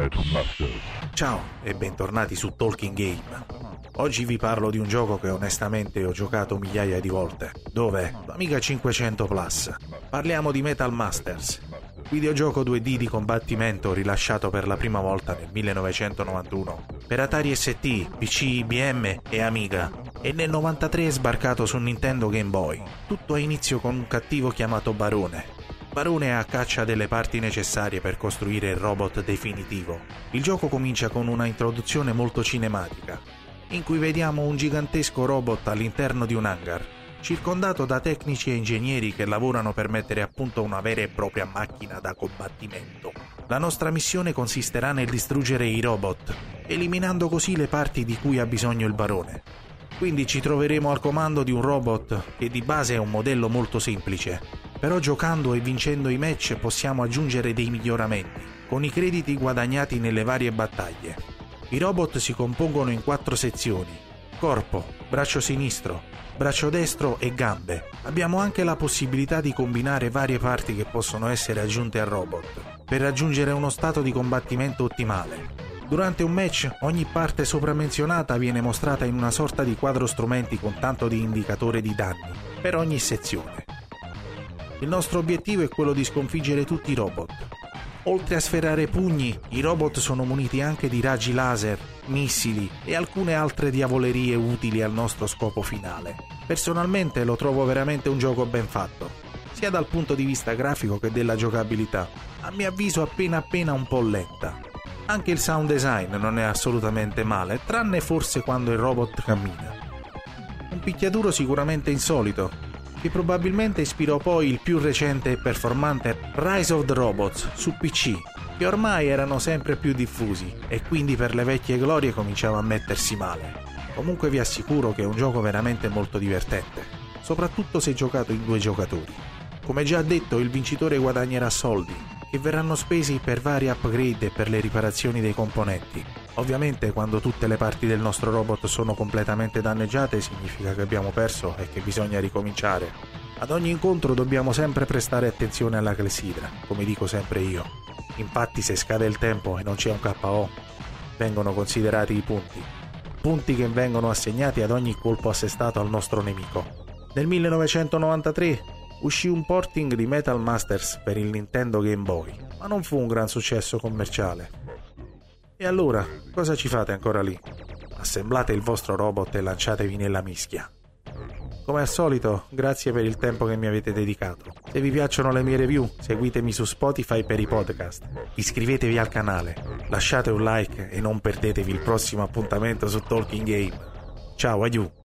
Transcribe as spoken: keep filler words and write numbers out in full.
Metal Masters. Ciao e bentornati su Talking Game. Oggi vi parlo di un gioco che onestamente ho giocato migliaia di volte. Dov'è? L'Amiga cinquecento Plus. Parliamo di Metal Masters, videogioco due D di combattimento rilasciato per la prima volta nel millenovecentonovantuno per Atari S T, P C I B M e Amiga, e nel novantatré è sbarcato su Nintendo Game Boy. Tutto ha inizio con un cattivo chiamato Barone. Barone è a caccia delle parti necessarie per costruire il robot definitivo. Il gioco comincia con una introduzione molto cinematica, in cui vediamo un gigantesco robot all'interno di un hangar, circondato da tecnici e ingegneri che lavorano per mettere a punto una vera e propria macchina da combattimento. La nostra missione consisterà nel distruggere i robot, eliminando così le parti di cui ha bisogno il Barone. Quindi ci troveremo al comando di un robot che di base è un modello molto semplice, però giocando e vincendo i match possiamo aggiungere dei miglioramenti, con i crediti guadagnati nelle varie battaglie. I robot si compongono in quattro sezioni: corpo, braccio sinistro, braccio destro e gambe. Abbiamo anche la possibilità di combinare varie parti che possono essere aggiunte al robot, per raggiungere uno stato di combattimento ottimale. Durante un match, ogni parte sopramenzionata viene mostrata in una sorta di quadro strumenti con tanto di indicatore di danni per ogni sezione. Il nostro obiettivo è quello di sconfiggere tutti i robot. Oltre a sferrare pugni, i robot sono muniti anche di raggi laser, missili e alcune altre diavolerie utili al nostro scopo finale. Personalmente lo trovo veramente un gioco ben fatto, sia dal punto di vista grafico che della giocabilità. A mio avviso appena appena un po' lenta. Anche il sound design non è assolutamente male, tranne forse quando il robot cammina. Un picchiaduro sicuramente insolito, che probabilmente ispirò poi il più recente e performante Rise of the Robots su P C, che ormai erano sempre più diffusi e quindi per le vecchie glorie cominciava a mettersi male. Comunque vi assicuro che è un gioco veramente molto divertente, soprattutto se giocato in due giocatori. Come già detto, il vincitore guadagnerà soldi, che verranno spesi per vari upgrade e per le riparazioni dei componenti. Ovviamente quando tutte le parti del nostro robot sono completamente danneggiate significa che abbiamo perso e che bisogna ricominciare. Ad ogni incontro dobbiamo sempre prestare attenzione alla clessidra, come dico sempre io. Infatti se scade il tempo e non c'è un K O, vengono considerati i punti. Punti che vengono assegnati ad ogni colpo assestato al nostro nemico. Nel millenovecentonovantatré uscì un porting di Metal Masters per il Nintendo Game Boy, ma non fu un gran successo commerciale. E allora, cosa ci fate ancora lì? Assemblate il vostro robot e lanciatevi nella mischia. Come al solito, grazie per il tempo che mi avete dedicato. Se vi piacciono le mie review, seguitemi su Spotify per i podcast. Iscrivetevi al canale, lasciate un like e non perdetevi il prossimo appuntamento su Talking Game. Ciao, adieu!